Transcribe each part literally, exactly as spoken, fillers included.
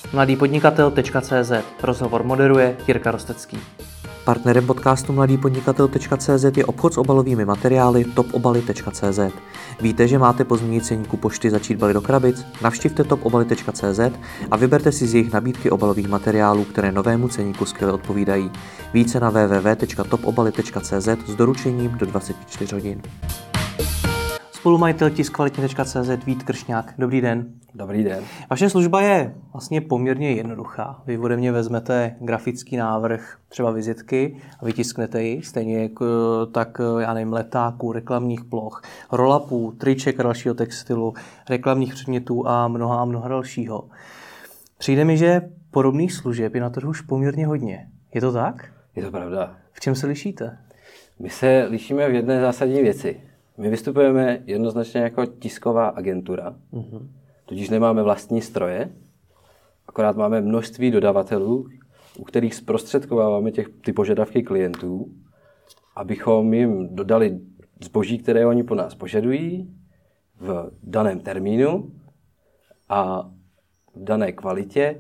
mladý podnikatel tečka cé zet. Rozhovor moderuje Jirka Rostecký. Partnerem podcastu mladý podnikatel tečka cé zet je obchod s obalovými materiály top obaly tečka cé zet. Víte, že máte po změně ceníku pošty začít balit do krabic? Navštivte top obaly tečka cé zet a vyberte si z jejich nabídky obalových materiálů, které novému ceníku skvěle odpovídají. Více na w w w tečka top obaly tečka cé zet s doručením do dvacet čtyři hodin. Spolumajitel tisk kvalitně tečka cé zet Vít Kršňák. Dobrý den. Dobrý den. Vaše služba je vlastně poměrně jednoduchá. Vy ode mě vezmete grafický návrh, třeba vizitky a vytisknete ji, stejně jako tak, já nevím, letáků, reklamních ploch, rollupů, triček a dalšího textilu, reklamních předmětů a mnoha a mnoha dalšího. Přijde mi, že podobných služeb je na trhu už poměrně hodně. Je to tak? Je to pravda. V čem se lišíte? My se lišíme v jedné zásadní věci. My vystupujeme jednoznačně jako tisková agentura, mm-hmm. tudíž nemáme vlastní stroje, akorát máme množství dodavatelů, u kterých zprostředkováváme těch, ty požadavky klientů, abychom jim dodali zboží, které oni po nás požadují v daném termínu a v dané kvalitě,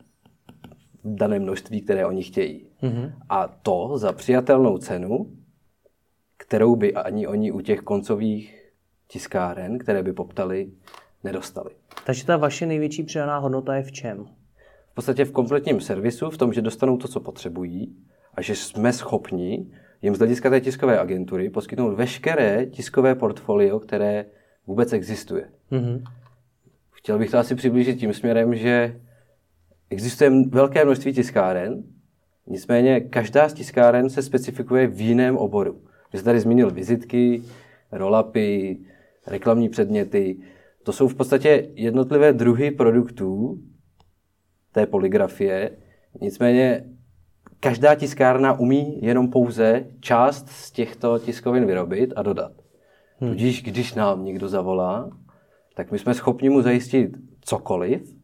v daném množství, které oni chtějí. Mm-hmm. A to za přijatelnou cenu, kterou by ani oni u těch koncových tiskáren, které by poptali, nedostali. Takže ta vaše největší přidaná hodnota je v čem? V podstatě v kompletním servisu, v tom, že dostanou to, co potřebují a že jsme schopni jim z hlediska té tiskové agentury poskytnout veškeré tiskové portfolio, které vůbec existuje. Mm-hmm. Chtěl bych to asi přiblížit tím směrem, že existuje velké množství tiskáren, nicméně každá z tiskáren se specifikuje v jiném oboru. Vy jste tady zmínil vizitky, rollupy, reklamní předměty. To jsou v podstatě jednotlivé druhy produktů té polygrafie. Nicméně každá tiskárna umí jenom pouze část z těchto tiskovin vyrobit a dodat. Hmm. Tudíž, když nám někdo zavolá, tak my jsme schopni mu zajistit cokoliv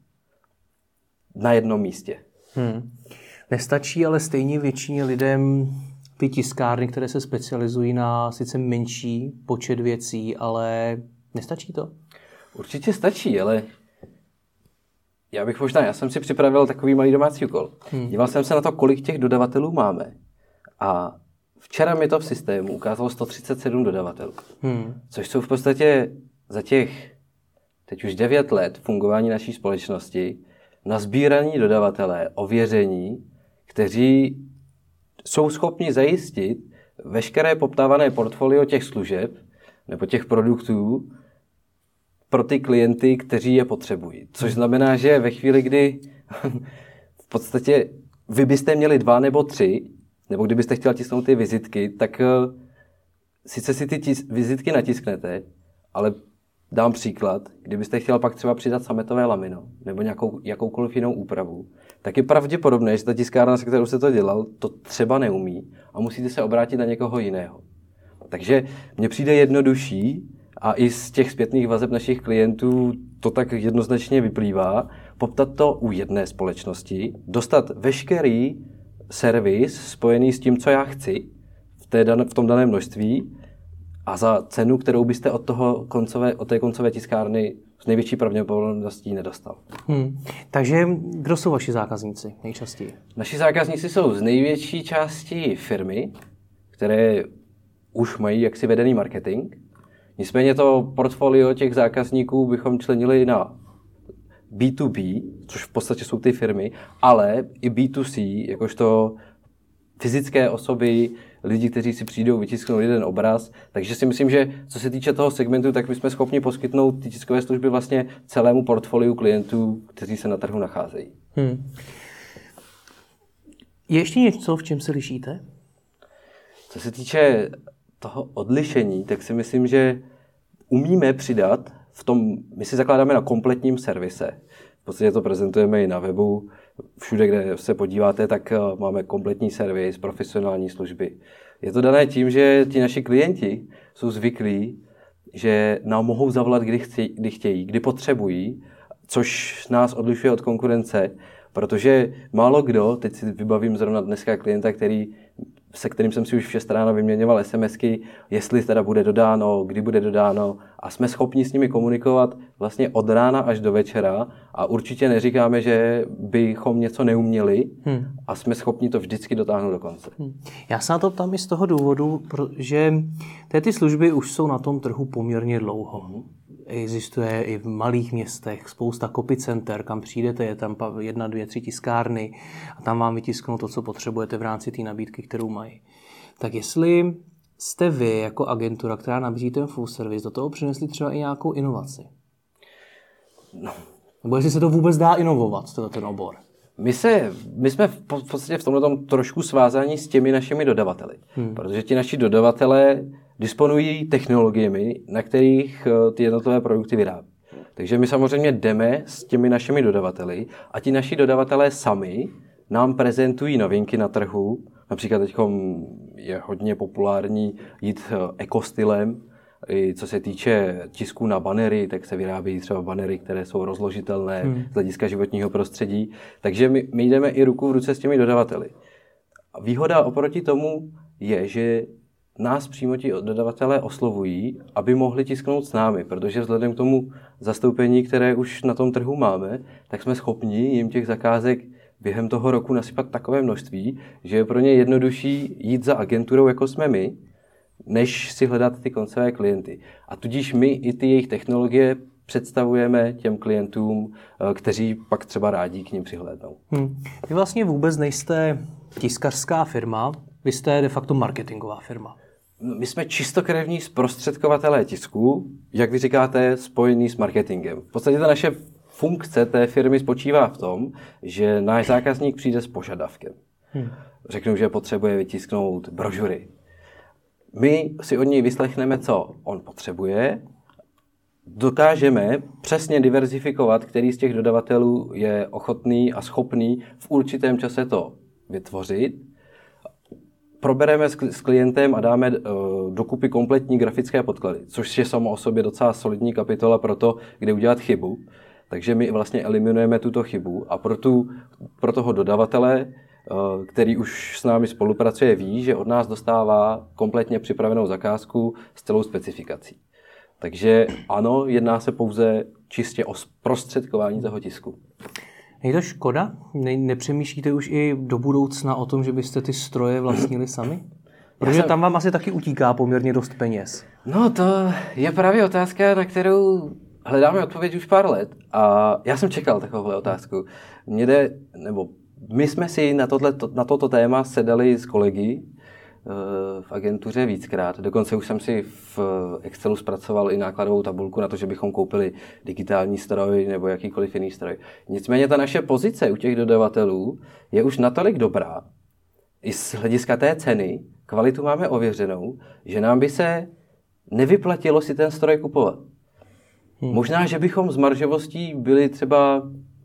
na jednom místě. Hmm. Nestačí ale stejně většině lidem ty tiskárny, které se specializují na sice menší počet věcí, ale nestačí to? Určitě stačí, ale já bych možná, já jsem si připravil takový malý domácí úkol. Hmm. Díval jsem se na to, kolik těch dodavatelů máme. A včera mi to v systému ukázalo sto třicet sedm dodavatelů. Hmm. Což jsou v podstatě za těch teď už devět let fungování naší společnosti nasbíraní dodavatelé, ověření, kteří jsou schopni zajistit veškeré poptávané portfolio těch služeb nebo těch produktů pro ty klienty, kteří je potřebují. Což znamená, že ve chvíli, kdy v podstatě vy byste měli dva nebo tři, nebo kdybyste chtěl tisknout ty vizitky, tak sice si ty tis- vizitky natisknete, ale dám příklad, kdybyste chtěl pak třeba přidat sametové lamino nebo nějakou, jakoukoliv jinou úpravu, tak je pravděpodobné, že ta tiskárna, se kterou jste to dělal, to třeba neumí a musíte se obrátit na někoho jiného. Takže mně přijde jednodušší a i z těch zpětných vazeb našich klientů to tak jednoznačně vyplývá, poptat to u jedné společnosti, dostat veškerý servis spojený s tím, co já chci v, té dan- v tom daném množství a za cenu, kterou byste od, toho koncové, od té koncové tiskárny s největší pravděpodobností nedostal. Hmm. Takže kdo jsou vaši zákazníci nejčastěji? Naši zákazníci jsou z největší části firmy, které už mají jaksi vedený marketing. Nicméně to portfolio těch zákazníků bychom členili na bé dvě bé, což v podstatě jsou ty firmy, ale i bé dvě cé, jakožto fyzické osoby, lidi, kteří si přijdou vytisknout jeden obraz. Takže si myslím, že co se týče toho segmentu, tak my jsme schopni poskytnout ty tiskové služby vlastně celému portfoliu klientů, kteří se na trhu nacházejí. Hmm. Je ještě něco, v čem se lišíte? Co se týče toho odlišení, tak si myslím, že umíme přidat v tom, my si zakládáme na kompletním servise. V podstatě to prezentujeme i na webu. Všude, kde se podíváte, tak máme kompletní servis, profesionální služby. Je to dané tím, že ti naši klienti jsou zvyklí, že nám mohou zavolat, kdy, chci, kdy chtějí, kdy potřebují, což nás odlišuje od konkurence, protože málo kdo, teď si vybavím zrovna dneska klienta, který se kterým jsem si už v šest ráno vyměňoval SMSky, jestli teda bude dodáno, kdy bude dodáno a jsme schopni s nimi komunikovat vlastně od rána až do večera a určitě neříkáme, že bychom něco neuměli hmm. a jsme schopni to vždycky dotáhnout do konce. Hmm. Já se na to ptám i z toho důvodu, že ty služby už jsou na tom trhu poměrně dlouho. Hmm. Existuje i v malých městech spousta copy center, kam přijdete, je tam jedna, dvě, tři tiskárny a tam vám vytisknou to, co potřebujete v rámci té nabídky, kterou mají. Tak jestli jste vy jako agentura, která nabízí ten full service, do toho přinesli třeba i nějakou inovaci? No. Nebo jestli se to vůbec dá inovovat, tenhle ten obor? My, se, my jsme v podstatě v tomhle tom trošku svázáni s těmi našimi dodavateli, hmm. protože ti naši dodavatelé disponují technologiemi, na kterých ty jednotlivé produkty vyrábí. Takže my samozřejmě jdeme s těmi našimi dodavateli a ti naši dodavatelé sami nám prezentují novinky na trhu. Například teď je hodně populární jít ekostylem. I co se týče tisku na banery, tak se vyrábějí třeba banery, které jsou rozložitelné hmm. z hlediska životního prostředí. Takže my, my jdeme i ruku v ruce s těmi dodavateli. A výhoda oproti tomu je, že nás přímo ti dodavatelé oslovují, aby mohli tisknout s námi, protože vzhledem k tomu zastoupení, které už na tom trhu máme, tak jsme schopni jim těch zakázek během toho roku nasypat takové množství, že je pro ně jednodušší jít za agenturou, jako jsme my, než si hledat ty koncové klienty. A tudíž my i ty jejich technologie představujeme těm klientům, kteří pak třeba rádi k nim přihlédnou. Hmm. Vy vlastně vůbec nejste tiskařská firma, vy jste de facto marketingová firma. My jsme čistokrevní zprostředkovatelé tisku, jak vy říkáte, spojený s marketingem. V podstatě ta naše funkce té firmy spočívá v tom, že náš zákazník přijde s požadavkem. Hmm. Řeknu, že potřebuje vytisknout brožury. My si od něj vyslechneme, co on potřebuje, dokážeme přesně diverzifikovat, který z těch dodavatelů je ochotný a schopný v určitém čase to vytvořit. Probereme s klientem a dáme uh, dokupy kompletní grafické podklady, což je samo o sobě docela solidní kapitola pro to, kde udělat chybu. Takže my vlastně eliminujeme tuto chybu a pro, tu, pro toho dodavatele, uh, který už s námi spolupracuje, ví, že od nás dostává kompletně připravenou zakázku s celou specifikací. Takže ano, jedná se pouze čistě o zprostředkování toho tisku. Je to škoda? Ne, nepřemýšlíte už i do budoucna o tom, že byste ty stroje vlastnili sami? Protože jsem... tam vám asi taky utíká poměrně dost peněz. No to je právě otázka, na kterou hledáme odpověď už pár let. A já jsem čekal takovouhle otázku. Mně jde, nebo my jsme si na, tohle, na toto téma sedali s kolegy v agentuře víckrát. Dokonce už jsem si v Excelu zpracoval i nákladovou tabulku na to, že bychom koupili digitální stroj nebo jakýkoliv jiný stroj. Nicméně ta naše pozice u těch dodavatelů je už natolik dobrá, i z hlediska té ceny, kvalitu máme ověřenou, že nám by se nevyplatilo si ten stroj kupovat. Hmm. Možná, že bychom s maržovostí byli třeba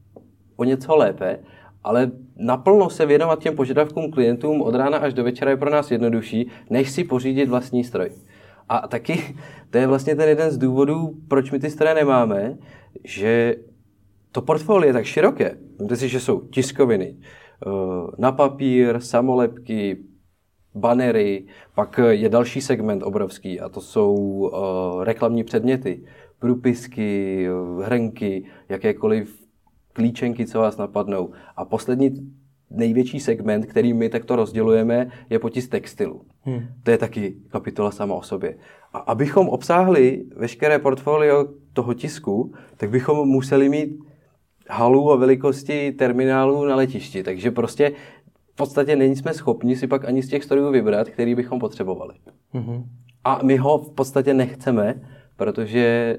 o něco lépe, ale naplno se věnovat těm požadavkům klientům od rána až do večera je pro nás jednodušší, než si pořídit vlastní stroj. A taky to je vlastně ten jeden z důvodů, proč my ty stroje nemáme, že to portfolio je tak široké. Víte si, že jsou tiskoviny na papír, samolepky, banery, pak je další segment obrovský a to jsou reklamní předměty, průpisky, hrnky, jakékoliv klíčenky, co vás napadnou. A poslední největší segment, který my takto rozdělujeme, je potisk textilu. Hmm. To je taky kapitola sama o sobě. A abychom obsáhli veškeré portfolio toho tisku, tak bychom museli mít halu o velikosti terminálu na letišti. Takže prostě v podstatě nejsme schopni si pak ani z těch strojů vybrat, který bychom potřebovali. Hmm. A my ho v podstatě nechceme, protože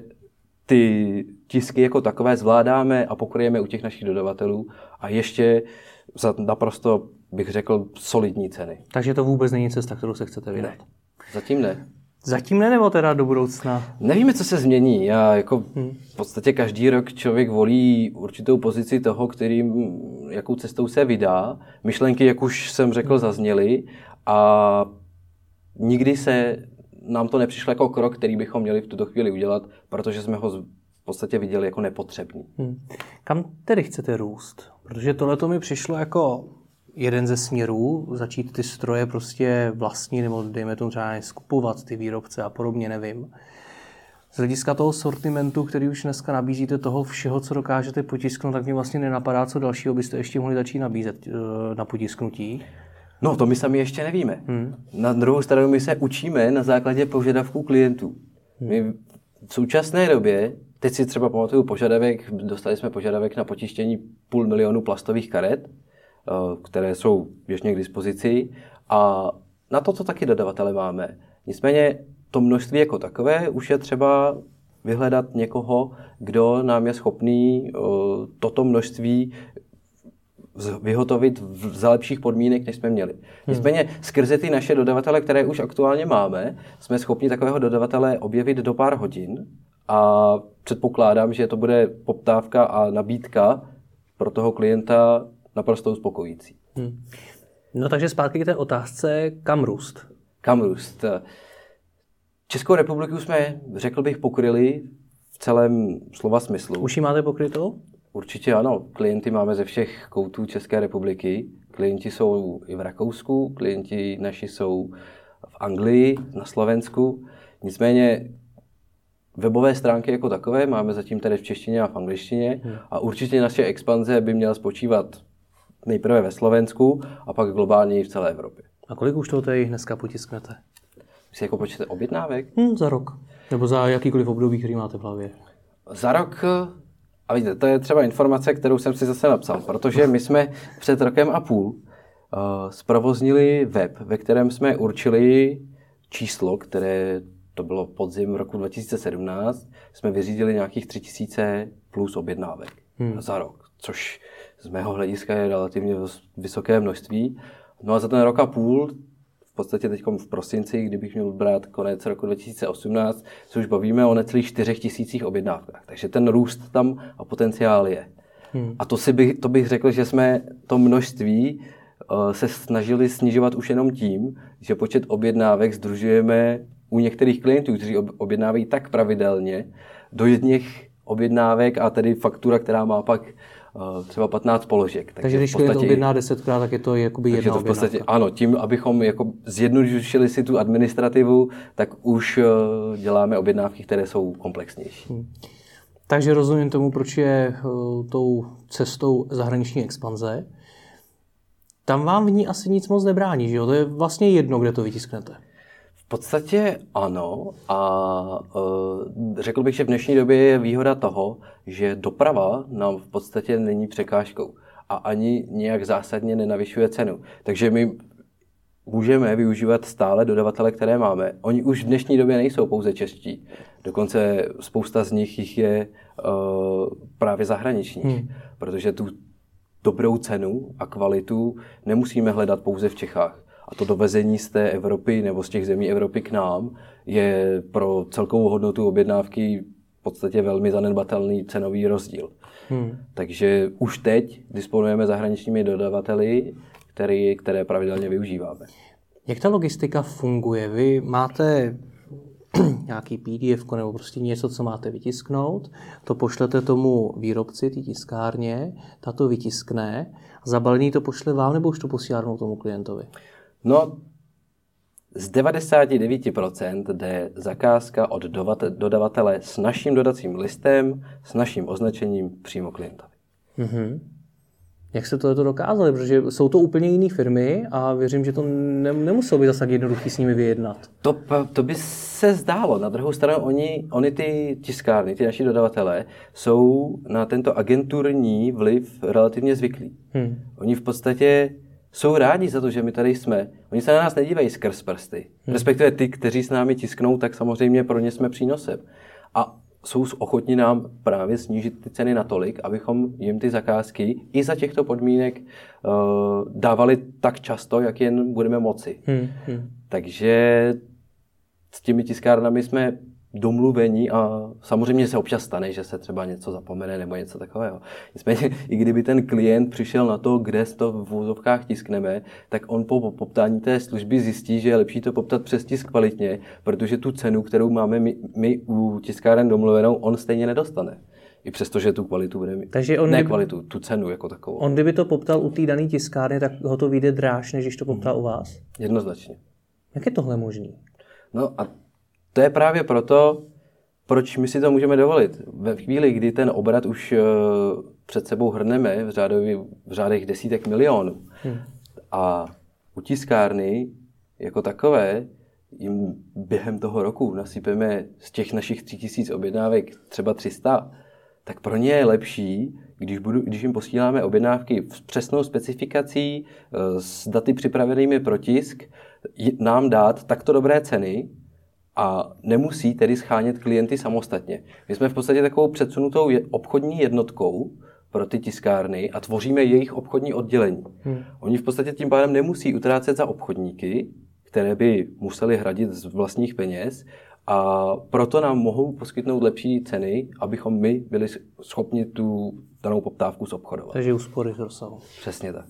ty tisky jako takové zvládáme a pokryjeme u těch našich dodavatelů a ještě za naprosto, bych řekl, solidní ceny. Takže to vůbec není cesta, kterou se chcete vydat? Ne, zatím ne. Zatím ne, nebo teda do budoucna? Nevíme, co se změní. Já jako hmm. v podstatě každý rok člověk volí určitou pozici toho, kterým, jakou cestou se vydá. Myšlenky, jak už jsem řekl, hmm. zazněly a nikdy se nám to nepřišlo jako krok, který bychom měli v tuto chvíli udělat, protože jsme ho v podstatě viděli jako nepotřebný. Hmm. Kam tedy chcete růst? Protože tohle to mi přišlo jako jeden ze směrů, začít ty stroje prostě vlastní, nebo dejme tomu třeba skupovat ty výrobce a podobně, nevím. Z hlediska toho sortimentu, který už dneska nabízíte, toho všeho, co dokážete potisknout, tak mě vlastně nenapadá, co dalšího byste ještě mohli začít nabízet na potisknutí. No, to my sami ještě nevíme. Hmm. Na druhou stranu my se učíme na základě požadavků klientů. Hmm. My v současné době, teď si třeba pamatuju požadavek, dostali jsme požadavek na potištění půl milionu plastových karet, které jsou běžně k dispozici, a na to, co taky dodavatele máme. Nicméně to množství jako takové už je třeba vyhledat někoho, kdo nám je schopný toto množství vyhotovit za lepších podmínek, než jsme měli. Nicméně skrze ty naše dodavatele, které už aktuálně máme, jsme schopni takového dodavatele objevit do pár hodin a předpokládám, že to bude poptávka a nabídka pro toho klienta naprosto uspokojící. Hmm. No takže zpátky k té otázce, kam růst? Kam růst? Českou republiku jsme, řekl bych, pokryli v celém slova smyslu. Už ji máte pokrytou? Určitě ano. Klienty máme ze všech koutů České republiky. Klienti jsou i v Rakousku, klienti naši jsou v Anglii, na Slovensku. Nicméně webové stránky jako takové máme zatím tady v češtině a v angličtině hmm. a určitě naše expanze by měla spočívat nejprve ve Slovensku a pak globálně i v celé Evropě. A kolik už toho tady dneska potisknete? Jsi jako počet objednávek? Hmm, za rok. Nebo za jakýkoliv období, který máte v hlavě? Za rok, a víte, to je třeba informace, kterou jsem si zase napsal, protože my jsme před rokem a půl uh, zprovoznili web, ve kterém jsme určili číslo, které to bylo podzim roku dva tisíce sedmnáct, jsme vyřídili nějakých tři tisíce plus objednávek hmm. za rok, což z mého hlediska je relativně vysoké množství. No a za ten rok a půl, v podstatě teď v prosinci, kdybych měl brát konec roku dva tisíce osmnáct, se už bavíme o necelých čtyřech tisících objednávkách. Takže ten růst tam a potenciál je. Hmm. A to, si bych, to bych řekl, že jsme to množství uh, se snažili snižovat už jenom tím, že počet objednávek sdružujeme u některých klientů, kteří objednávají tak pravidelně, do jedných objednávek a tedy faktura, která má pak uh, třeba patnáct položek. Takže, takže když klient podstatě, objedná desetkrát, tak je to jakoby jedna to v podstatě, ano, tím, abychom jako zjednodušili si tu administrativu, tak už uh, děláme objednávky, které jsou komplexnější. Hmm. Takže rozumím tomu, proč je uh, tou cestou zahraniční expanze. Tam vám v ní asi nic moc nebrání, že jo? To je vlastně jedno, kde to vytisknete. V podstatě ano a e, řekl bych, že v dnešní době je výhoda toho, že doprava nám v podstatě není překážkou a ani nějak zásadně nenavyšuje cenu. Takže my můžeme využívat stále dodavatele, které máme. Oni už v dnešní době nejsou pouze čeští. Dokonce spousta z nich jich je e, právě zahraničních, hmm. protože tu dobrou cenu a kvalitu nemusíme hledat pouze v Čechách. A to dovezení z té Evropy nebo z těch zemí Evropy k nám je pro celkovou hodnotu objednávky v podstatě velmi zanedbatelný cenový rozdíl. Hmm. Takže už teď disponujeme zahraničními dodavateli, který, které pravidelně využíváme. Jak ta logistika funguje? Vy máte nějaký P D F nebo prostě něco, co máte vytisknout, to pošlete tomu výrobci, té tiskárně, ta to vytiskne, zabalený to pošle vám, nebo už to posílá tomu klientovi? No, z devadesát devět procent jde zakázka od dodavatele s naším dodacím listem, s naším označením přímo klientovi. Mm-hmm. Jak jste tohleto dokázali? Protože jsou to úplně jiné firmy a věřím, že to ne, nemuselo být zase tak jednoduchý s nimi vyjednat. To, to by se zdálo. Na druhou stranu oni, oni ty tiskárny, ty naši dodavatelé, jsou na tento agenturní vliv relativně zvyklí. Hmm. Oni v podstatě jsou rádi za to, že my tady jsme. Oni se na nás nedívají skrz prsty. Hmm. Respektive ty, kteří s námi tisknou, tak samozřejmě pro ně jsme přínosem. A jsou ochotní nám právě snížit ty ceny natolik, abychom jim ty zakázky i za těchto podmínek uh, dávali tak často, jak jen budeme moci. Hmm. Hmm. Takže s těmi tiskárnami jsme domluvení a samozřejmě se občas stane, že se třeba něco zapomene nebo něco takového. Nicméně, i kdyby ten klient přišel na to, kde to v vozovkách tiskneme, tak on po poptání té služby zjistí, že je lepší to poptat přes tisk kvalitně, protože tu cenu, kterou máme my, my u tiskáren domluvenou, on stejně nedostane. I přesto, že tu kvalitu bude mít. Takže on ne kdyby, kvalitu, tu cenu jako takovou. On kdyby to poptal u té dané tiskárny, tak ho to vyjde dráž, než když to poptal hmm. u vás? Jednoznačně. Jak je tohle možné? No a to je právě proto, proč my si to můžeme dovolit. Ve chvíli, kdy ten obrat už uh, před sebou hrneme v, řádově, v řádech desítek milionů hmm. a u tiskárny jako takové jim během toho roku nasypeme z těch našich tři tisíce objednávek třeba tři sta, tak pro ně je lepší, když, budu, když jim posíláme objednávky s přesnou specifikací, s daty připravenými pro tisk, nám dát takto dobré ceny a nemusí tedy schánět klienty samostatně. My jsme v podstatě takovou předsunutou obchodní jednotkou pro ty tiskárny a tvoříme jejich obchodní oddělení. Hmm. Oni v podstatě tím pádem nemusí utrácet za obchodníky, které by museli hradit z vlastních peněz, a proto nám mohou poskytnout lepší ceny, abychom my byli schopni tu danou poptávku zobchodovat. Takže úspory z rozsahu. Přesně tak.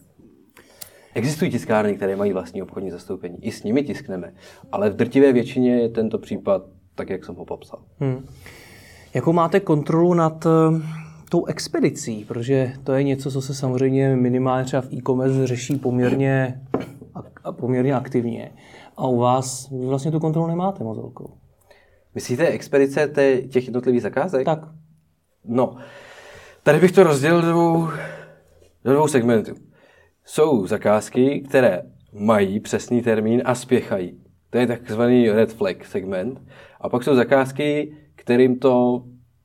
Existují tiskárny, které mají vlastní obchodní zastoupení. I s nimi tiskneme, ale v drtivé většině je tento případ tak, jak jsem ho popsal. Hmm. Jakou máte kontrolu nad uh, tou expedicí? Protože to je něco, co se samozřejmě minimálně třeba v e-commerce řeší poměrně, a, poměrně aktivně. A u vás vy vlastně tu kontrolu nemáte moc velkou. Myslíte expedice těch jednotlivých zakázek? Tak. No, tady bych to rozdělil do dvou, do dvou segmentů. Jsou zakázky, které mají přesný termín a spěchají. To je takzvaný red flag segment. A pak jsou zakázky, kterým to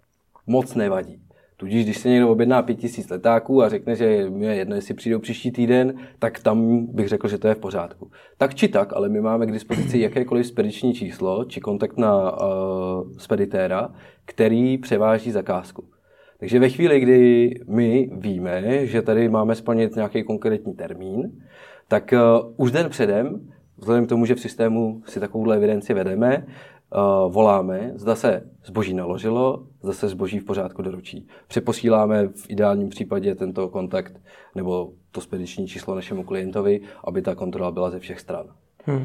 moc nevadí. Tudíž, když se někdo objedná pět tisíc letáků a řekne, že mi je jedno, jestli přijdou příští týden, tak tam bych řekl, že to je v pořádku. Tak či tak, ale my máme k dispozici jakékoliv spediční číslo či kontakt na uh, speditéra, který převáží zakázku. Takže ve chvíli, kdy my víme, že tady máme splnit nějaký konkrétní termín, tak uh, už den předem, vzhledem k tomu, že v systému si takovouhle evidenci vedeme, Uh, voláme, zda se zboží naložilo, zda se zboží v pořádku doručí. Přeposíláme v ideálním případě tento kontakt nebo to spediční číslo našemu klientovi, aby ta kontrola byla ze všech stran. Hmm.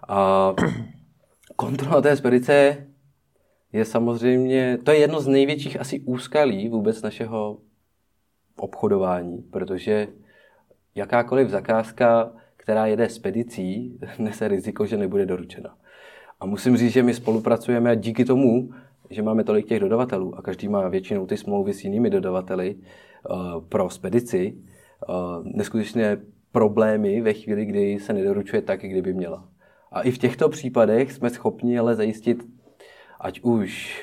A kontrola té spedice je samozřejmě, to je jedno z největších asi úskalí vůbec našeho obchodování, protože jakákoliv zakázka, která jede spedicí, nese riziko, že nebude doručena. A musím říct, že my spolupracujeme díky tomu, že máme tolik těch dodavatelů a každý má většinou ty smlouvy s jinými dodavateli uh, pro spedici, uh, neskutečné problémy ve chvíli, kdy se nedoručuje tak, jak kdyby měla. A i v těchto případech jsme schopni ale zajistit, ať už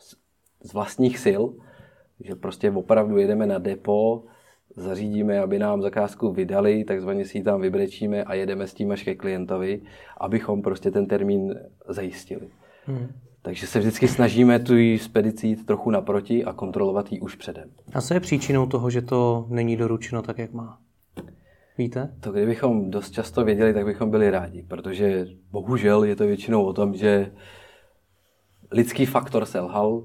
z vlastních sil, že prostě opravdu jedeme na depo, zařídíme, aby nám zakázku vydali, takzvaně si ji tam vybrečíme a jedeme s tím až ke klientovi, abychom prostě ten termín zajistili. Hmm. Takže se vždycky snažíme tu spedici jít trochu naproti a kontrolovat ji už předem. A co je příčinou toho, že to není doručeno tak, jak má? Víte? To kdybychom dost často věděli, tak bychom byli rádi, protože bohužel je to většinou o tom, že lidský faktor selhal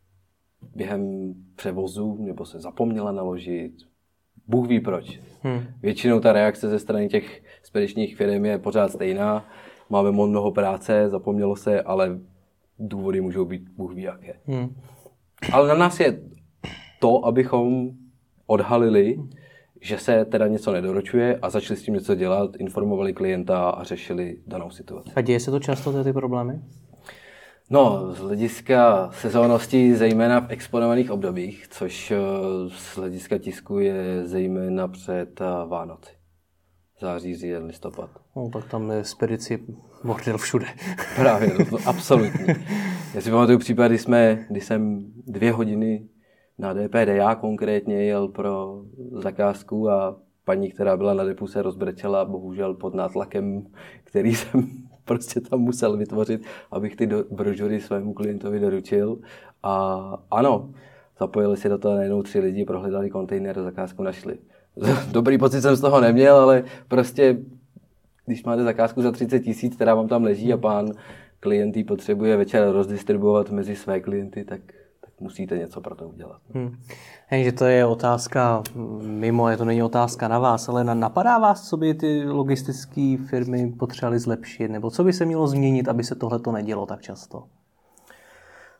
během převozu nebo se zapomněla naložit. Bůh ví proč. Hmm. Většinou ta reakce ze strany těch spedičních firm je pořád stejná. Máme mnoho práce, zapomnělo se, ale důvody můžou být Bůh ví jaké. Hmm. Ale na nás je to, abychom odhalili, že se teda něco nedoručuje a začali s tím něco dělat, informovali klienta a řešili danou situaci. A děje se to často, ty, ty problémy? No, z hlediska sezónnosti zejména v exponovaných obdobích, což z hlediska tisku je zejména před Vánoci. Září, říjen, listopad. No, tak tam je spedici bordel všude. Právě, to, to absolutně. Já si pamatuju případ, kdy, jsme, kdy jsem dvě hodiny na D P D A konkrétně jel pro zakázku a paní, která byla na depu, se rozbrečela, bohužel pod nátlakem, který jsem prostě tam musel vytvořit, abych ty do, brožury svému klientovi doručil. A ano, zapojili si do toho najednou tři lidi, prohledali kontejner a zakázku našli. Dobrý pocit jsem z toho neměl, ale prostě, když máte zakázku za třicet tisíc, která vám tam leží a pán klient ji potřebuje večer rozdistribuovat mezi své klienty, tak, tak musíte něco pro to udělat. Hmm. Hej, že to je otázka mimo, je to není otázka na vás, ale napadá vás, co by ty logistické firmy potřebovaly zlepšit, nebo co by se mělo změnit, aby se tohle to nedělo tak často?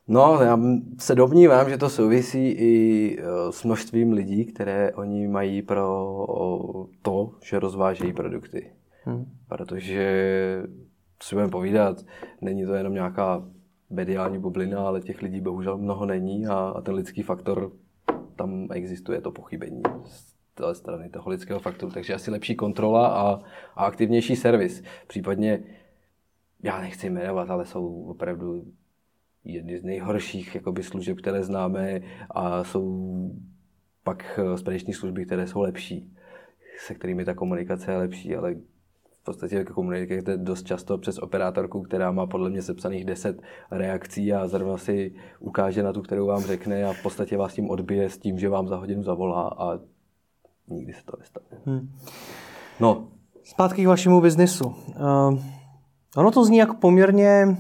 No, já se domnívám, že to souvisí i s množstvím lidí, které oni mají pro to, že rozvážejí produkty. Hmm. Protože, si budeme povídat, není to jenom nějaká mediální bublina, ale těch lidí bohužel mnoho není a, a ten lidský faktor, tam existuje to pochybení z té strany toho lidského faktoru. Takže asi lepší kontrola a, a aktivnější servis. Případně, já nechci jmenovat, ale jsou opravdu jedny z nejhorších jakoby, služeb, které známe a jsou pak spediční služby, které jsou lepší, se kterými ta komunikace je lepší, ale v podstatě komunikujete dost často přes operátorku, která má podle mě sepsaných deset reakcí a zrovna si ukáže na tu, kterou vám řekne a v podstatě vás tím odbije s tím, že vám za hodinu zavolá a nikdy se to nestane. Hmm. No. Zpátky k vašemu biznisu. Uh, ono to zní jako poměrně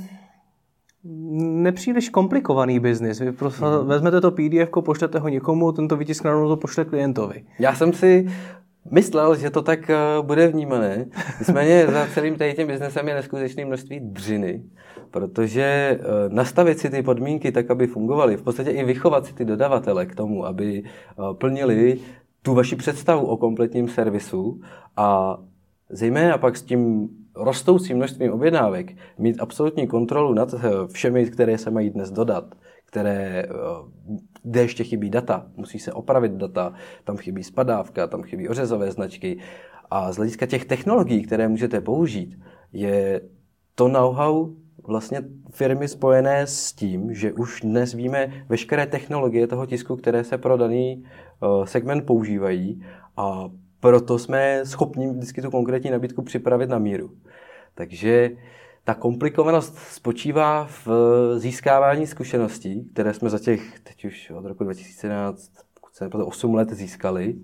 nepříliš komplikovaný biznis. Vy prostě hmm. vezmete to P D F, pošlete ho někomu, tento vytiskne, to pošle klientovi. Já jsem si myslel, že to tak bude vnímané. Nicméně za celým tady tím biznesem je neskutečné množství dřiny, protože nastavit si ty podmínky tak, aby fungovaly, v podstatě i vychovat si ty dodavatele k tomu, aby plnili tu vaši představu o kompletním servisu a zejména pak s tím rostoucím množstvím objednávek mít absolutní kontrolu nad všemi, které se mají dnes dodat, které, kde ještě chybí data, musí se opravit data, tam chybí spadávka, tam chybí ořezové značky a z hlediska těch technologií, které můžete použít, je to know-how vlastně firmy spojené s tím, že už dnes víme veškeré technologie toho tisku, které se pro daný segment používají a proto jsme schopni vždycky tu konkrétní nabídku připravit na míru. Takže ta komplikovanost spočívá v získávání zkušeností, které jsme za těch, teď už od roku dva tisíce jedenáct, osm let získali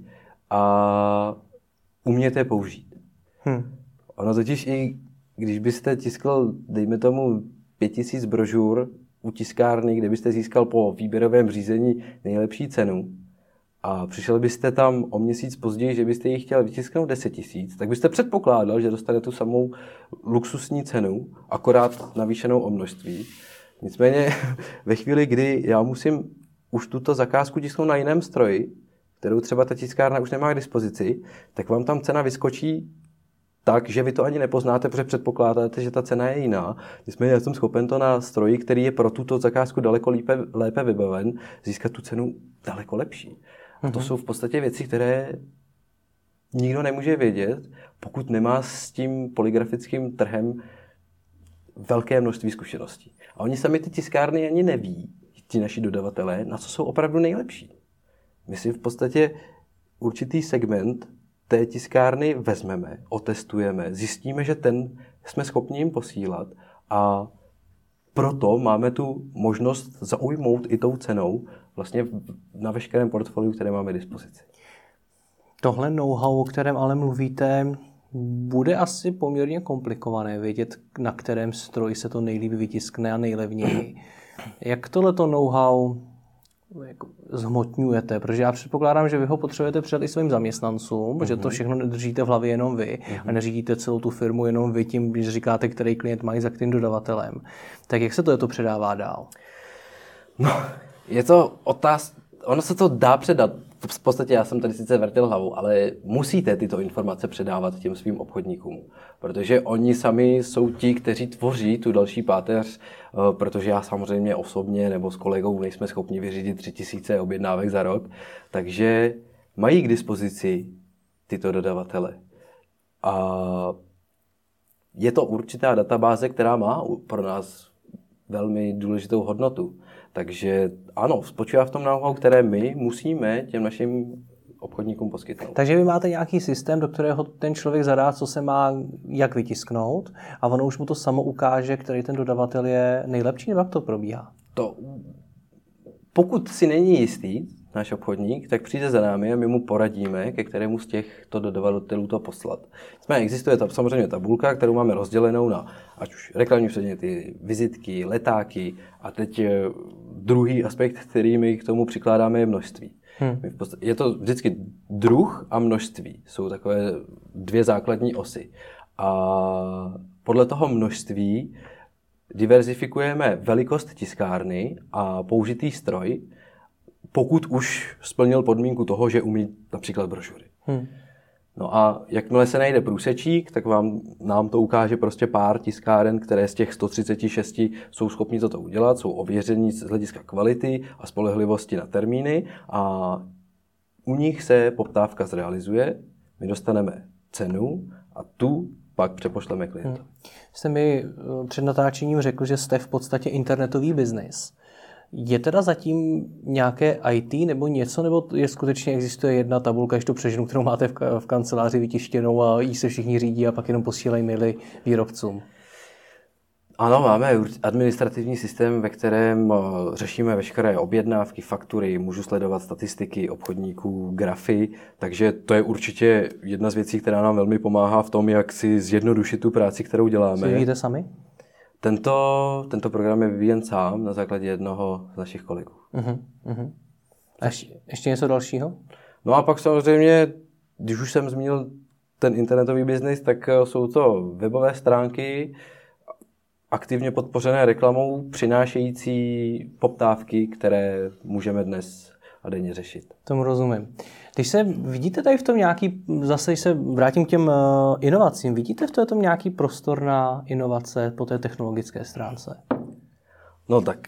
a umějete použít. Hmm. Ono totiž i, když byste tiskl, dejme tomu, pět tisíc brožur u tiskárny, kde byste získal po výběrovém řízení nejlepší cenu, a přišel byste tam o měsíc později, že byste ji chtěl vytisknout deset tisíc, tak byste předpokládal, že dostane tu samou luxusní cenu, akorát navýšenou o množství. Nicméně ve chvíli, kdy já musím už tuto zakázku tisknout na jiném stroji, kterou třeba ta tiskárna už nemá k dispozici, tak vám tam cena vyskočí tak, že vy to ani nepoznáte, protože předpokládáte, že ta cena je jiná. Nicméně já jsem schopen to na stroji, který je pro tuto zakázku daleko lépe, lépe vybaven, získat tu cenu daleko lepší. A to jsou v podstatě věci, které nikdo nemůže vědět, pokud nemá s tím polygrafickým trhem velké množství zkušeností. A oni sami ty tiskárny ani neví, ti naši dodavatelé, na co jsou opravdu nejlepší. My si v podstatě určitý segment té tiskárny vezmeme, otestujeme, zjistíme, že ten jsme schopni jim posílat a proto máme tu možnost zaujmout i tou cenou vlastně na veškerém portfoliu, které máme k dispozici. Tohle know-how, o kterém ale mluvíte, bude asi poměrně komplikované vědět, na kterém stroji se to nejlíp vytiskne a nejlevněji. Jak tohleto know-how jako zhmotňujete? Protože já předpokládám, že vy ho potřebujete předat i svým zaměstnancům, uh-huh. že to všechno nedržíte v hlavě jenom vy uh-huh. a neřídíte celou tu firmu jenom vy tím, když říkáte, který klient mají za kterým dodavatelem. Tak jak se to, to předává dál? No, je to otázka, ono se to dá předat. V podstatě já jsem tady sice vrtěl hlavou, ale musíte tyto informace předávat těm svým obchodníkům, protože oni sami jsou ti, kteří tvoří tu další páteř, protože já samozřejmě osobně nebo s kolegou nejsme schopni vyřídit tři tisíce objednávek za rok, takže mají k dispozici tyto dodavatele. A je to určitá databáze, která má pro nás velmi důležitou hodnotu. Takže ano, spočívá v tom know-how, které my musíme těm našim obchodníkům poskytnout. Takže vy máte nějaký systém, do kterého ten člověk zadá, co se má jak vytisknout a ono už mu to samo ukáže, který ten dodavatel je nejlepší, nebo jak to probíhá? To, pokud si není jistý náš obchodník, tak přijde za námi a my mu poradíme, ke kterému z těchto dodavatelů to poslat. Jsme, existuje tam samozřejmě tabulka, kterou máme rozdělenou na ať už reklamní předměty, vizitky, letáky a teď druhý aspekt, který my k tomu přikládáme, je množství. Hmm. Je to vždycky druh a množství. Jsou takové dvě základní osy. A podle toho množství diverzifikujeme velikost tiskárny a použitý stroj, pokud už splnil podmínku toho, že umí například brožury. Hmm. No a jakmile se najde průsečík, tak vám, nám to ukáže prostě pár tiskáren, které z těch sto třicet šest jsou schopni toto udělat, jsou ověření z hlediska kvality a spolehlivosti na termíny a u nich se poptávka zrealizuje, my dostaneme cenu a tu pak přepošleme klientovi. Hmm. Jste mi před natáčením řekl, že jste v podstatě internetový biznis. Je teda zatím nějaké í té nebo něco, nebo je skutečně existuje jedna tabulka, ještě tu přeženu, kterou máte v, v kanceláři vytištěnou a jí se všichni řídí a pak jenom posílají maily výrobcům? Ano, máme administrativní systém, ve kterém řešíme veškeré objednávky, faktury, můžu sledovat statistiky obchodníků, grafy, takže to je určitě jedna z věcí, která nám velmi pomáhá v tom, jak si zjednodušit tu práci, kterou děláme. Co vyvíjíte sami? Tento, tento program je vyvíjen sám na základě jednoho z našich kolegů. Uh-huh, uh-huh. A ještě, ještě něco dalšího? No a pak samozřejmě, když už jsem zmínil ten internetový biznis, tak jsou to webové stránky, aktivně podpořené reklamou, přinášející poptávky, které můžeme dnes a denně řešit. Tomu rozumím. Když se vidíte tady v tom nějaký, zase se vrátím k těm inovacím, vidíte v tom nějaký prostor na inovace po té technologické stránce? No tak,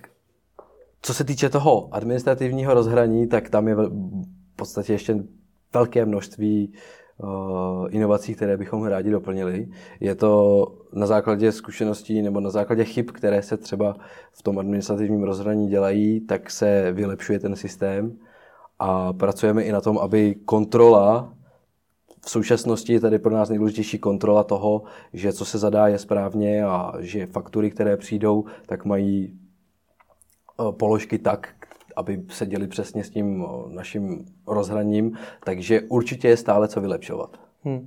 co se týče toho administrativního rozhraní, tak tam je v podstatě ještě velké množství inovací, které bychom rádi doplnili. Je to na základě zkušeností nebo na základě chyb, které se třeba v tom administrativním rozhraní dělají, tak se vylepšuje ten systém a pracujeme i na tom, aby kontrola, v současnosti je tady pro nás nejdůležitější kontrola toho, že co se zadá je správně a že faktury, které přijdou, tak mají položky tak, aby se děli přesně s tím naším rozhraním, takže určitě je stále co vylepšovat. Hmm.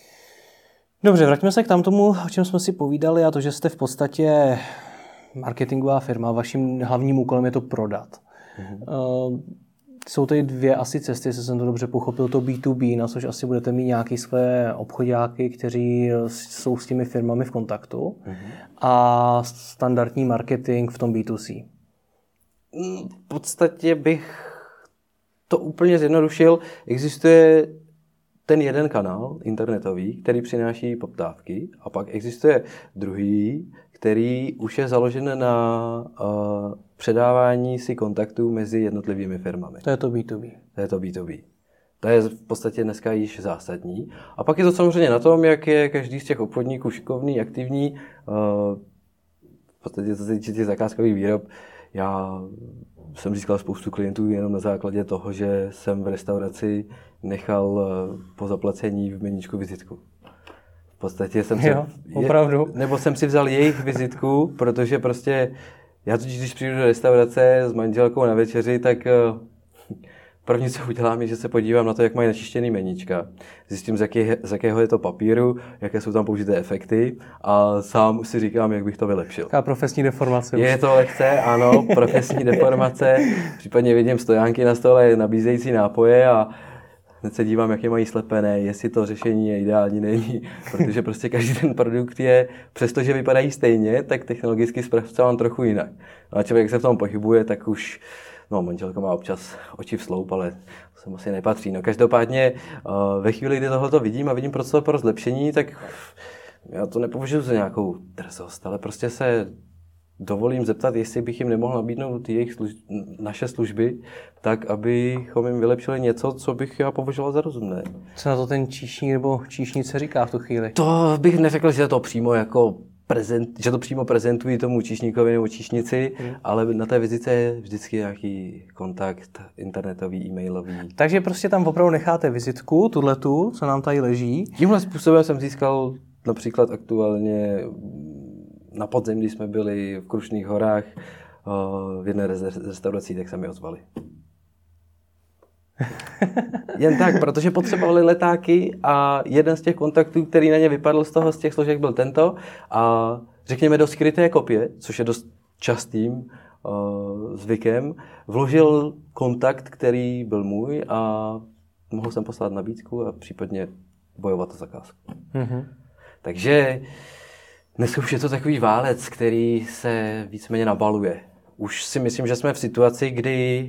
Dobře, vraťme se k tam tomu, o čem jsme si povídali, a to, že jste v podstatě marketingová firma, vaším hlavním úkolem je to prodat. Hmm. Uh, jsou tady dvě asi cesty, jestli jsem to dobře pochopil, to bé dvě bé, na což asi budete mít nějaké své obchodáky, kteří jsou s těmi firmami v kontaktu, hmm. a standardní marketing v tom bé dvě cé. V podstatě bych to úplně zjednodušil. Existuje ten jeden kanál internetový, který přináší poptávky, a pak existuje druhý, který už je založen na uh, předávání si kontaktů mezi jednotlivými firmami. To je to bé dvě bé. To je to bé dvě bé. To je v podstatě dneska již zásadní. A pak je to samozřejmě na tom, jak je každý z těch obchodníků šikovný, aktivní. Uh, v podstatě to se týče těch zakázkových výrob. Já jsem získal spoustu klientů jenom na základě toho, že jsem v restauraci nechal po zaplacení v meníčku vizitku. V podstatě jsem si... Jo, opravdu. Nebo jsem si vzal jejich vizitku, protože prostě já totiž, když přijdu do restaurace s manželkou na večeři, tak první, co udělám, je, že se podívám na to, jak mají načištěný meníčka. Zjistím, z, jaký, z jakého je to papíru, jaké jsou tam použité efekty a sám si říkám, jak bych to vylepšil. Taká profesní deformace. Je to lehce, ano, profesní deformace. Případně vidím stojánky na stole nabízející nápoje a hned se dívám, jak je mají slepené, jestli to řešení je ideální, není. Protože prostě každý ten produkt je, přestože vypadají stejně, tak technologicky zpracován trochu jinak. No a člověk, jak se v tom pohybuje, tak už... No, manželka má občas oči v sloup, ale to sem asi nepatří. No, každopádně ve chvíli, kdy tohleto vidím a vidím prostor pro zlepšení, tak já to nepovažuji za nějakou drzost, ale prostě se dovolím zeptat, jestli bych jim nemohl nabídnout jejich služ- naše služby, tak abychom jim vylepšili něco, co bych já považoval za rozumné. Co na to ten číšník nebo číšnice říká v tu chvíli? To bych neřekl, že to přímo jako Prezent, že to přímo prezentují tomu číšníkovi nebo číšnici, hmm. ale na té vizitce je vždycky nějaký kontakt internetový, e-mailový. Takže prostě tam opravdu necháte vizitku, tuhletu, co nám tady leží. Tímhle způsobem jsem získal například aktuálně na podzim, když jsme byli v Krušných horách v jedné restauraci, tak se mi ozvali. Jen tak, protože potřebovali letáky a jeden z těch kontaktů, který na ně vypadl z toho, z těch složek, byl tento a řekněme do skryté kopie, což je dost častým uh, zvykem, vložil kontakt, který byl můj a mohl jsem poslat nabídku a případně bojovat o zakázku. Mm-hmm. Takže Dneska už je to takový válec, který se víceméně nabaluje. Už si myslím, že jsme v situaci, kdy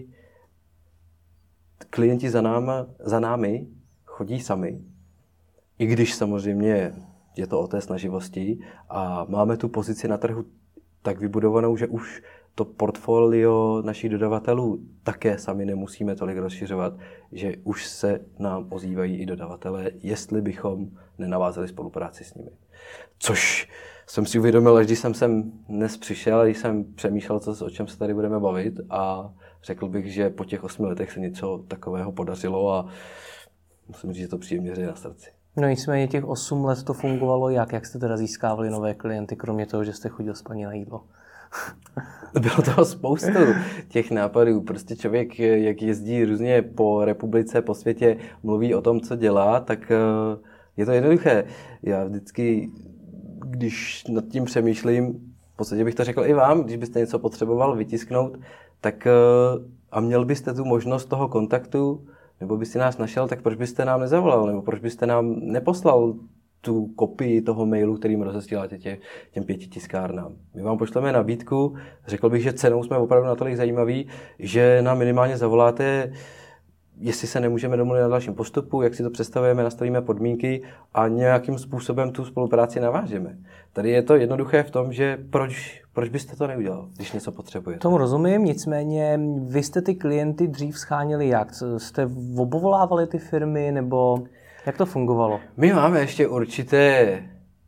klienti za, náma, za námi chodí sami, i když samozřejmě je to o té snaživosti a máme tu pozici na trhu tak vybudovanou, že už to portfolio našich dodavatelů také sami nemusíme tolik rozšiřovat, že už se nám ozývají i dodavatelé, jestli bychom nenavázali spolupráci s nimi. Což jsem si uvědomil, až když jsem sem dnes přišel, když jsem přemýšlel, co, o čem se tady budeme bavit a řekl bych, že po těch osmi letech se něco takového podařilo a musím říct, že to příjemně hřeje na srdci. No nicméně těch osm let to fungovalo jak? Jak jste teda získávali nové klienty, kromě toho, že jste chodil s paní na jídlo? Bylo toho spoustu těch nápadů. Prostě člověk, jak jezdí různě po republice, po světě, mluví o tom, co dělá, tak je to jednoduché. Já vždycky, když nad tím přemýšlím, v podstatě bych to řekl i vám, když byste něco potřeboval vytisknout, tak a měl byste tu možnost toho kontaktu, nebo byste nás našel, tak proč byste nám nezavolal, nebo proč byste nám neposlal tu kopii toho mailu, kterým rozesíláte tě, těm pěti tiskárnám. My vám pošleme nabídku, řekl bych, že cenou jsme opravdu natolik zajímaví, že nám minimálně zavoláte, jestli se nemůžeme domluvit na dalším postupu, jak si to představujeme, nastavíme podmínky a nějakým způsobem tu spolupráci navážeme. Tady je to jednoduché v tom, že proč, proč byste to neudělal, když něco potřebujete. Tomu rozumím, nicméně vy jste ty klienty dřív scháněli jak? Jste obovolávali ty firmy, nebo jak to fungovalo? My máme ještě určité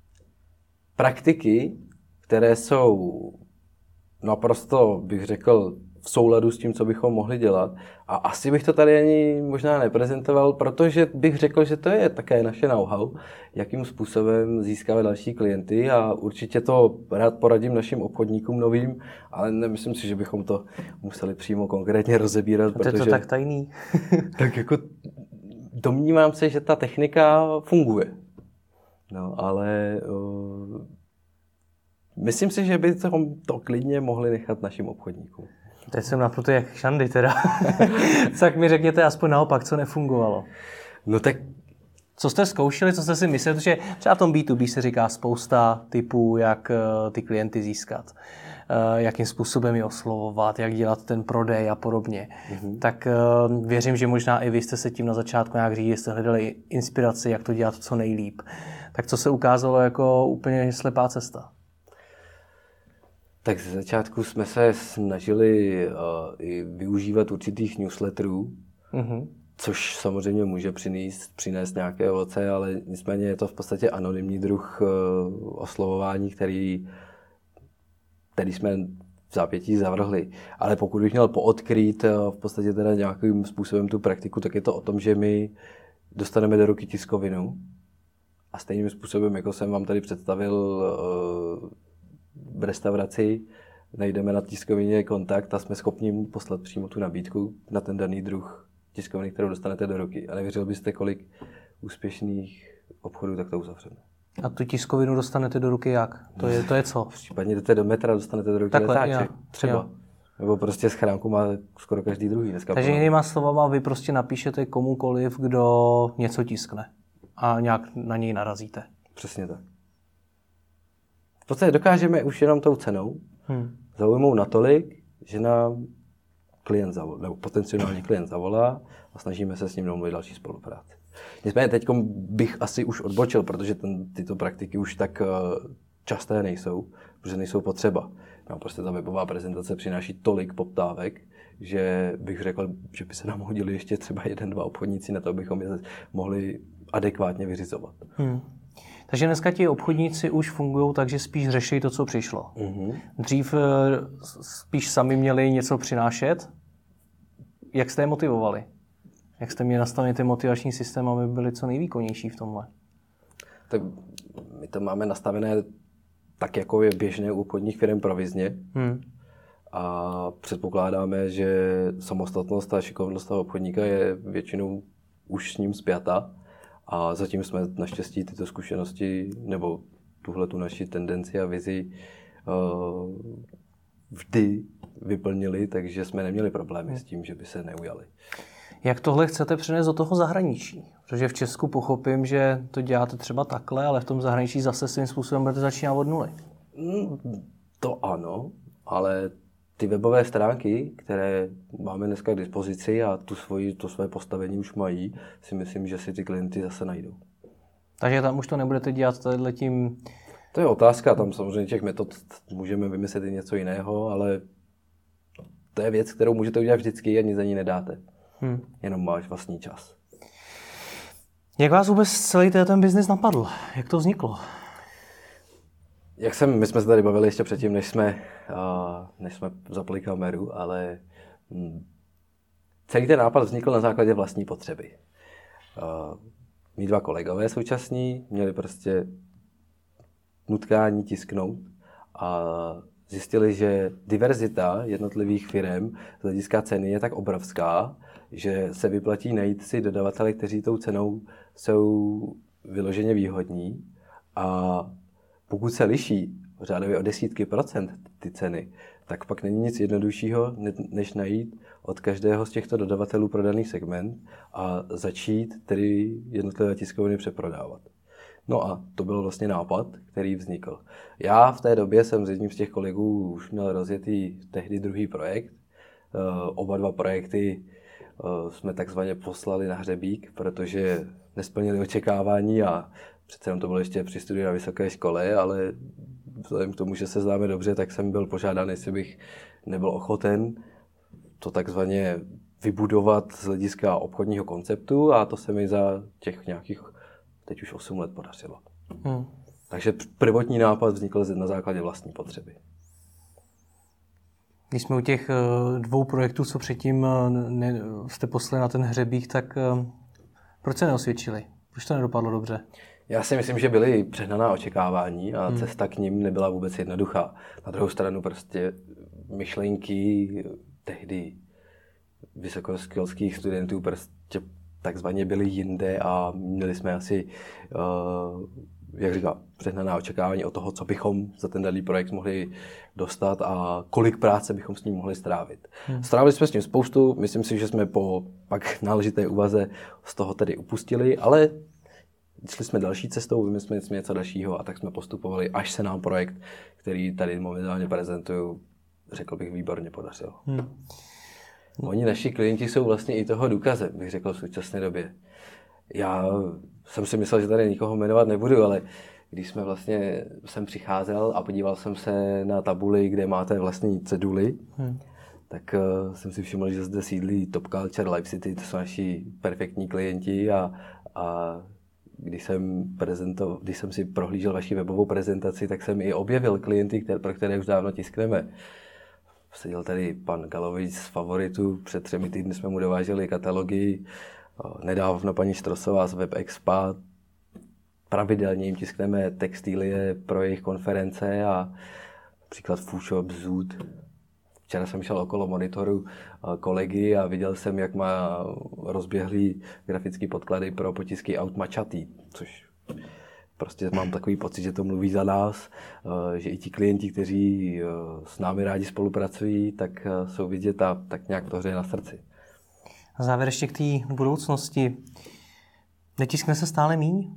praktiky, které jsou naprosto, bych řekl, v souladu s tím, co bychom mohli dělat. A asi bych to tady ani možná neprezentoval, protože bych řekl, že to je také naše know-how, jakým způsobem získávat další klienty a určitě to rád poradím našim obchodníkům novým, ale nemyslím si, že bychom to museli přímo konkrétně rozebírat. To je protože to tak tajný. tak jako domnívám se, že ta technika funguje. No, ale uh, myslím si, že bychom to klidně mohli nechat našim obchodníkům. Teď jsem napnuty jak šandy teda. Tak mi řekněte aspoň naopak, co nefungovalo. No tak... Co jste zkoušeli, co jste si mysleli, že třeba v tom B dva B se říká spousta typů, jak ty klienty získat, jakým způsobem je oslovovat, jak dělat ten prodej a podobně. Mm-hmm. Tak věřím, že možná i vy jste se tím na začátku nějak řídili, jste hledali inspiraci, jak to dělat co nejlíp. Tak co se ukázalo jako úplně slepá cesta? Tak ze začátku jsme se snažili uh, i využívat určitých newsletterů, mm-hmm. což samozřejmě může přinést, přinést nějaké ovoce, ale nicméně je to v podstatě anonymní druh uh, oslovování, který, který jsme v zápětí zavrhli. Ale pokud bych měl poodkrýt uh, v podstatě teda nějakým způsobem tu praktiku, tak je to o tom, že my dostaneme do ruky tiskovinu a stejným způsobem, jako jsem vám tady představil uh, v restauraci, najdeme na tiskovině kontakt a jsme schopni mu poslat přímo tu nabídku na ten daný druh tiskoviny, kterou dostanete do ruky. A nevěřil byste, kolik úspěšných obchodů tak to uzavřeme. A tu tiskovinu dostanete do ruky jak? To je, to je co? Případně jdete do metra, dostanete do ruky takhle, letáček. Jo, třeba. Jo. Nebo prostě schránku má skoro každý druhý dneska. Takže jinýma slovama vy prostě napíšete komukoliv, kdo něco tiskne a nějak na něj narazíte. Přesně tak. V podstatě dokážeme už jenom tou cenou hmm. zaujmout natolik, že nám klient zavolá, nebo potenciální klient zavolá a snažíme se s ním domluvit další spolupráci. Nicméně teď bych asi už odbočil, protože ten, tyto praktiky už tak uh, časté nejsou, protože nejsou potřeba. No, prostě ta webová prezentace přináší tolik poptávek, že bych řekl, že by se nám hodili ještě třeba jeden, dva obchodníci na to, abychom je mohli adekvátně vyřizovat. Hmm. Takže dneska ti obchodníci už fungují tak, že spíš řeší to, co přišlo. Mm-hmm. Dřív spíš sami měli něco přinášet. Jak jste je motivovali? Jak jste měli nastavený ten motivační systém, aby byli co nejvýkonnější v tomhle? Tak my to máme nastavené tak, jako je běžné u obchodních firm provizně. Hmm. A předpokládáme, že samostatnost a šikovnost toho obchodníka je většinou už s ním spjata. A zatím jsme naštěstí tyto zkušenosti nebo tuhle tu naši tendenci a vizi uh, vždy vyplnili, takže jsme neměli problémy s tím, že by se neujali. Jak tohle chcete přenést do toho zahraničí? Protože v Česku pochopím, že to děláte třeba takhle, ale v tom zahraničí zase svým způsobem budete začínat od nuly. To ano, ale ty webové stránky, které máme dneska k dispozici a tu svoji, to své postavení už mají, si myslím, že si ty klienty zase najdou. Takže tam už to nebudete dělat tadyhle tím... To je otázka, tam samozřejmě těch metod můžeme vymyslet i něco jiného, ale to je věc, kterou můžete udělat vždycky a nic za ní nedáte. Hmm. Jenom máš vlastní čas. Jak vás vůbec celý ten biznis napadl? Jak to vzniklo? Jak jsem, my jsme se tady bavili ještě předtím, než jsme, uh, než jsme zapli kameru, ale hm, celý ten nápad vznikl na základě vlastní potřeby. Uh, mí dva kolegové současní měli prostě nutkání tisknout a zjistili, že diverzita jednotlivých firem z hlediska ceny je tak obrovská, že se vyplatí najít si dodavatele, kteří tou cenou jsou vyloženě výhodní, a pokud se liší řádově o desítky procent ty ceny, tak pak není nic jednoduššího, než najít od každého z těchto dodavatelů pro daný segment a začít tedy jednotlivé tiskoviny přeprodávat. No a to byl vlastně nápad, který vznikl. Já v té době jsem s jedním z těch kolegů už měl rozjetý tehdy druhý projekt. Oba dva projekty jsme takzvaně poslali na hřebík, protože nesplnili očekávání a přece jenom to bylo ještě při studiu na vysoké škole, ale vzhledem k tomu, že se známe dobře, tak jsem byl požádán, jestli bych nebyl ochoten to takzvaně vybudovat z hlediska obchodního konceptu, a to se mi za těch nějakých teď už osm let podařilo. Hmm. Takže prvotní nápad vznikl na základě vlastní potřeby. Když jsme u těch dvou projektů, co předtím ne, jste poslali na ten hřebík, tak proč se neosvědčili? Proč to nedopadlo dobře? Já si myslím, že byly přehnaná očekávání a hmm. cesta k nim nebyla vůbec jednoduchá. Na druhou stranu prostě myšlenky tehdy vysokoškolských studentů prostě takzvaně byly jinde a měli jsme asi, uh, jak říkám, přehnaná očekávání o toho, co bychom za ten daný projekt mohli dostat a kolik práce bychom s ním mohli strávit. Hmm. Strávili jsme s tím spoustu, myslím si, že jsme po pak náležité úvaze z toho tedy upustili, ale šli jsme další cestou, vymysleli jsme něco dalšího a tak jsme postupovali, až se nám projekt, který tady momentálně prezentuju, řekl bych, výborně podařil. Hmm. Oni, naši klienti, jsou vlastně i toho důkazem, bych řekl v současné době. Já jsem si myslel, že tady nikoho jmenovat nebudu, ale když jsme vlastně sem přicházel a podíval jsem se na tabuli, kde máte vlastní ceduly, hmm. tak uh, jsem si všiml, že zde sídlí Top Culture, Live City, to jsou naši perfektní klienti a, a když jsem, prezento, když jsem si prohlížel vaši webovou prezentaci, tak jsem i objevil klienty, které, pro které už dávno tiskneme. Seděl tady pan Galovič z Favoritu, před třemi týdny jsme mu dováželi katalogy, nedávno paní Štrosová z WebExpa, pravidelně jim tiskneme textilie pro jejich konference a například Fushop, Zoot. Včera jsem šel okolo monitoru kolegy a viděl jsem, jak má rozběhlý grafický podklady pro potisky aut Mačatý, což prostě mám takový pocit, že to mluví za nás, že i ti klienti, kteří s námi rádi spolupracují, tak jsou vidět a tak nějak to hřeje na srdci. A závěr ještě k té budoucnosti. Netiskne se stále míň?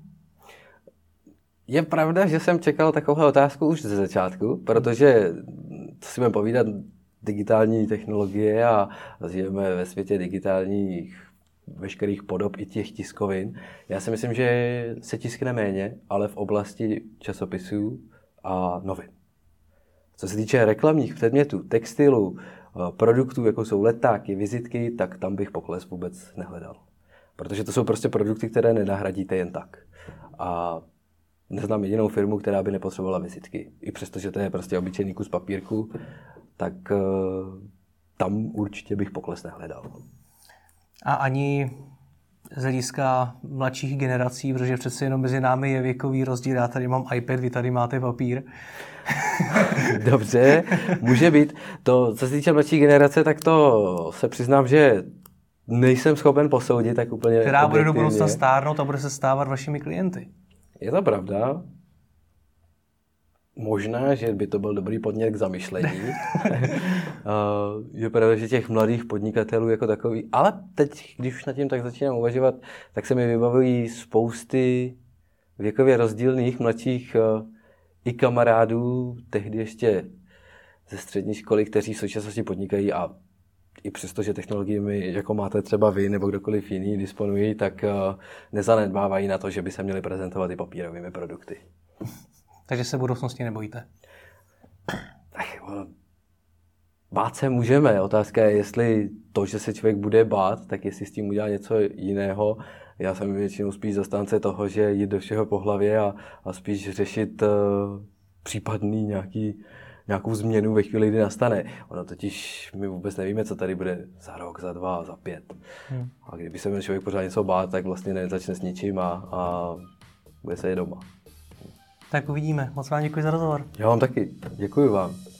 Je pravda, že jsem čekal takovou otázku už ze začátku, protože, co si budeme povídat, digitální technologie a žijeme ve světě digitálních veškerých podob i těch tiskovin. Já si myslím, že se tiskne méně, ale v oblasti časopisů a novin. Co se týče reklamních předmětů, textilu, produktů, jako jsou letáky, vizitky, tak tam bych pokles vůbec nehledal. Protože to jsou prostě produkty, které nenahradíte jen tak. A neznám jedinou firmu, která by nepotřebovala vizitky. I přesto, že to je prostě obyčejný kus papírku, tak tam určitě bych pokles nehledal. A ani z hlediska mladších generací, protože přece jenom mezi námi je věkový rozdíl. Já tady mám iPad, vy tady máte papír. Dobře, může být. To, co se týče mladší generace, tak to se přiznám, že nejsem schopen posoudit tak úplně. Která bude do budoucna stárnout a bude se stávat vašimi klienty. Je to pravda. Možná, že by to byl dobrý podnět k zamyšlení. je pravda, že těch mladých podnikatelů jako takový, ale teď, když už nad tím tak začínám uvažovat, tak se mi vybavují spousty věkově rozdílných mladších uh, i kamarádů, tehdy ještě ze střední školy, kteří v současnosti podnikají a i přesto, že technologiemi, jako máte třeba vy nebo kdokoliv jiný disponují, tak uh, nezanedbávají na to, že by se měli prezentovat i papírovými produkty. Takže se budoucnosti nebojíte? Tak, bát se můžeme. Otázka je, jestli to, že se člověk bude bát, tak jestli s tím udělá něco jiného. Já jsem většinou spíš zastánce toho, že jít do všeho po hlavě a, a spíš řešit uh, případný nějaký, nějakou změnu ve chvíli, kdy nastane. Ono totiž my vůbec nevíme, co tady bude za rok, za dva, za pět. Hmm. A kdyby se měl člověk pořád něco bát, tak vlastně nezačne s ničím a, a bude se je doma. Tak uvidíme. Moc vám děkuji za rozhovor. Já vám taky. Děkuji vám.